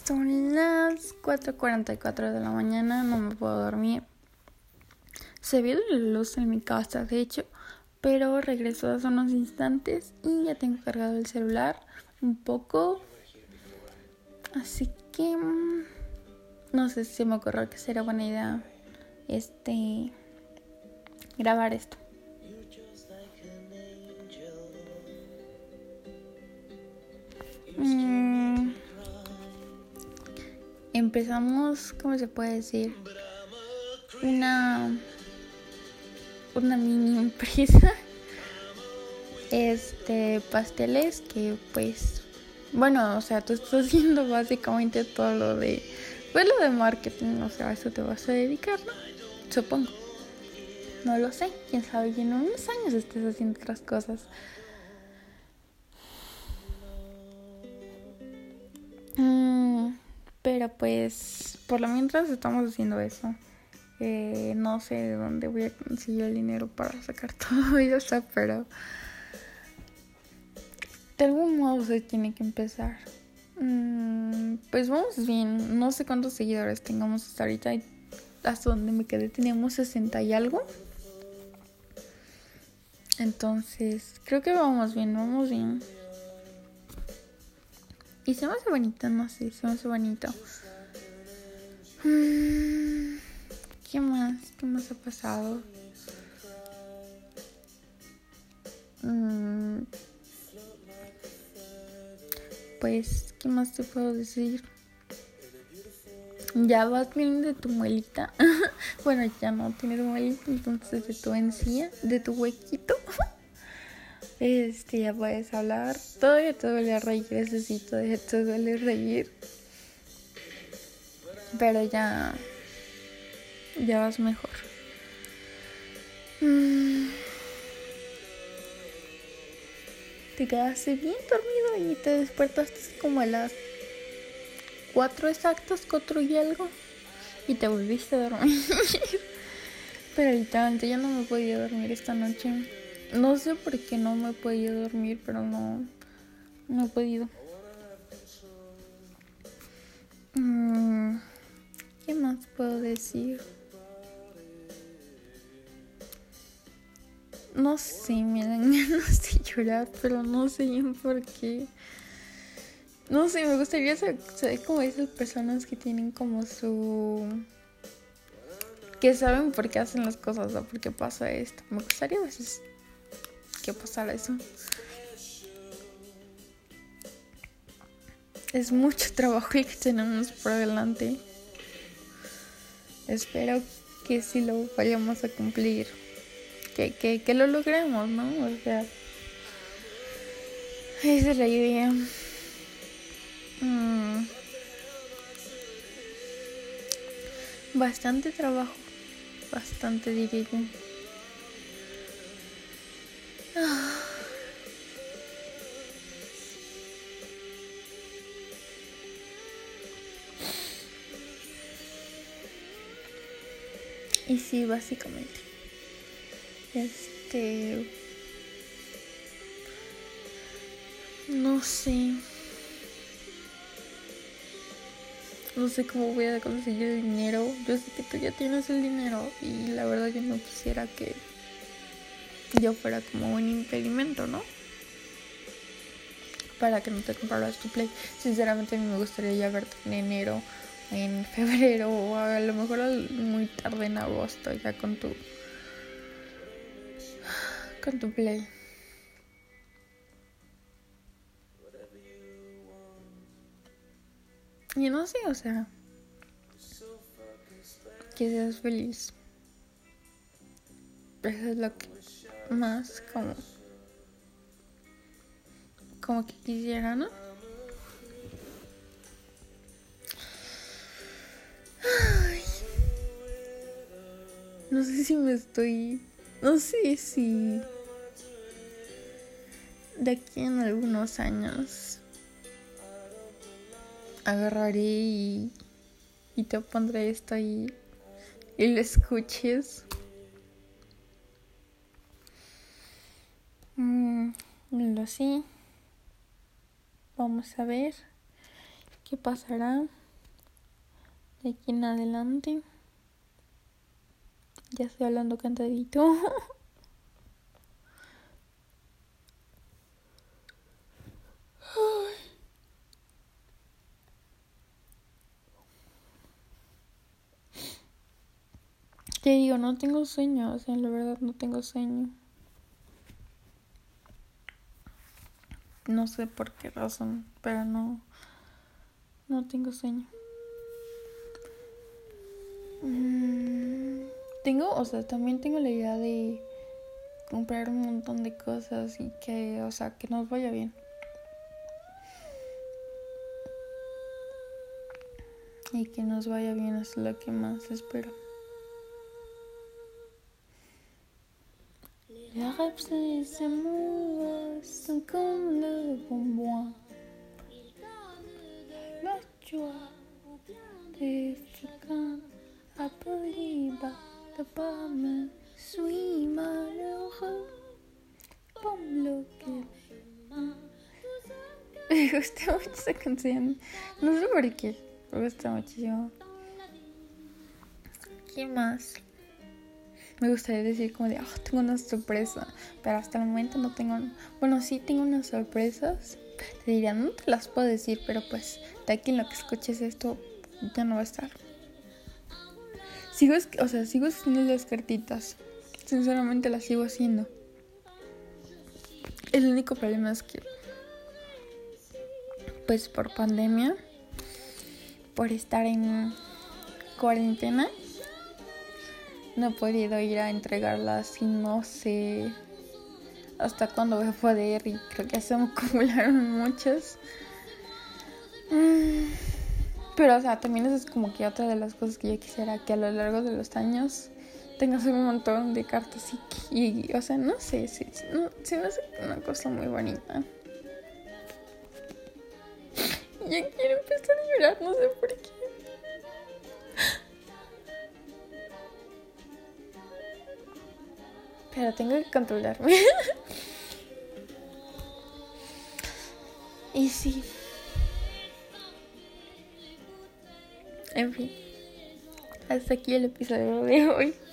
Son las 4:44 de la mañana, no me puedo dormir. Se vio la luz en mi casa, de hecho, pero regresó hace unos instantes y ya tengo cargado el celular un poco. Así que no sé si se me ocurrió que sería buena idea grabar esto. Empezamos, ¿cómo se puede decir? Una mini empresa. Pasteles que pues, bueno, o sea, tú estás haciendo básicamente todo lo de marketing, o sea, a eso te vas a dedicar, ¿no? Supongo. No lo sé, quién sabe, y en unos años estés haciendo otras cosas. Pero pues, por lo mientras estamos haciendo eso. No sé de dónde voy a conseguir el dinero para sacar todo eso, pero de algún modo se tiene que empezar. Pues vamos bien. No sé cuántos seguidores tengamos hasta ahorita. Hasta donde me quedé teníamos 60 y algo. Entonces creo que vamos bien. Y se me hace bonito, no sé, se me hace bonito. ¿Qué más ha pasado? Pues, ¿qué más te puedo decir? Ya vas bien de tu muelita. Bueno, ya no tienes muelita, entonces de tu encía, de tu huequito. Ya puedes hablar. Todavía te duele reír, eso sí, todavía te duele reír. Pero ya vas mejor. Te quedaste bien dormido y te despertaste como a las 4 exactos, 4 y algo. Y te volviste a dormir. Pero literalmente yo no me podía dormir esta noche. No sé por qué no me he podido dormir, pero no he podido. ¿Qué más puedo decir? No sé, me dan ganas de llorar, pero no sé bien por qué. No sé, me gustaría saber como esas personas que tienen como que saben por qué hacen las cosas o por qué pasa esto. Me gustaría a veces que pasara eso. Es mucho trabajo el que tenemos por delante. Espero que sí lo vayamos a cumplir. Que lo logremos, ¿no? O sea, esa es la idea. Bastante trabajo. Bastante, diría yo. Y sí, básicamente. No sé. No sé cómo voy a conseguir el dinero. Yo sé que tú ya tienes el dinero. Y la verdad yo no quisiera que yo fuera como un impedimento, ¿no? Para que no te compraras tu Play. Sinceramente a mí me gustaría ya verte en enero, en febrero o a lo mejor muy tarde en agosto ya con tu Play. Y no sé, o sea, que seas feliz. Eso es lo que más como que quisiera, ¿no? Ay. No sé si de aquí en algunos años agarraré y te pondré esto ahí y lo escuches. No lo sé. Vamos a ver. qué pasará de aquí en adelante. Ya estoy hablando cantadito. Te digo, no tengo sueño, o sea, la verdad no tengo sueño. No sé por qué razón, pero no tengo sueño. También tengo la idea de comprar un montón de cosas y que nos vaya bien. Y que nos vaya bien es lo que más espero. Les rêves et les amours sont comme le bonbon. La joie des chacun à Poliba de pas me suis malheureux comme lo que me gusta mucho esa canción. No sé por qué, me gusta muchísimo. ¿Qué más? Me gustaría decir como de, tengo una sorpresa, pero hasta el momento no tengo. Bueno, sí tengo unas sorpresas. Te diría, no te las puedo decir, pero pues de aquí en lo que escuches esto ya no va a estar. Sigo haciendo las cartitas. Sinceramente las sigo haciendo. El único problema es que, pues por pandemia, por estar en cuarentena, no he podido ir a entregarlas y no sé hasta cuándo voy a poder, y creo que se me acumularon muchas. Pero también eso es como que otra de las cosas que yo quisiera, que a lo largo de los años tengas un montón de cartas y no sé, se me hace una cosa muy bonita. Ya quiero empezar a llorar, no sé por qué. Pero tengo que controlarme. Y sí. En fin. Hasta aquí el episodio de hoy.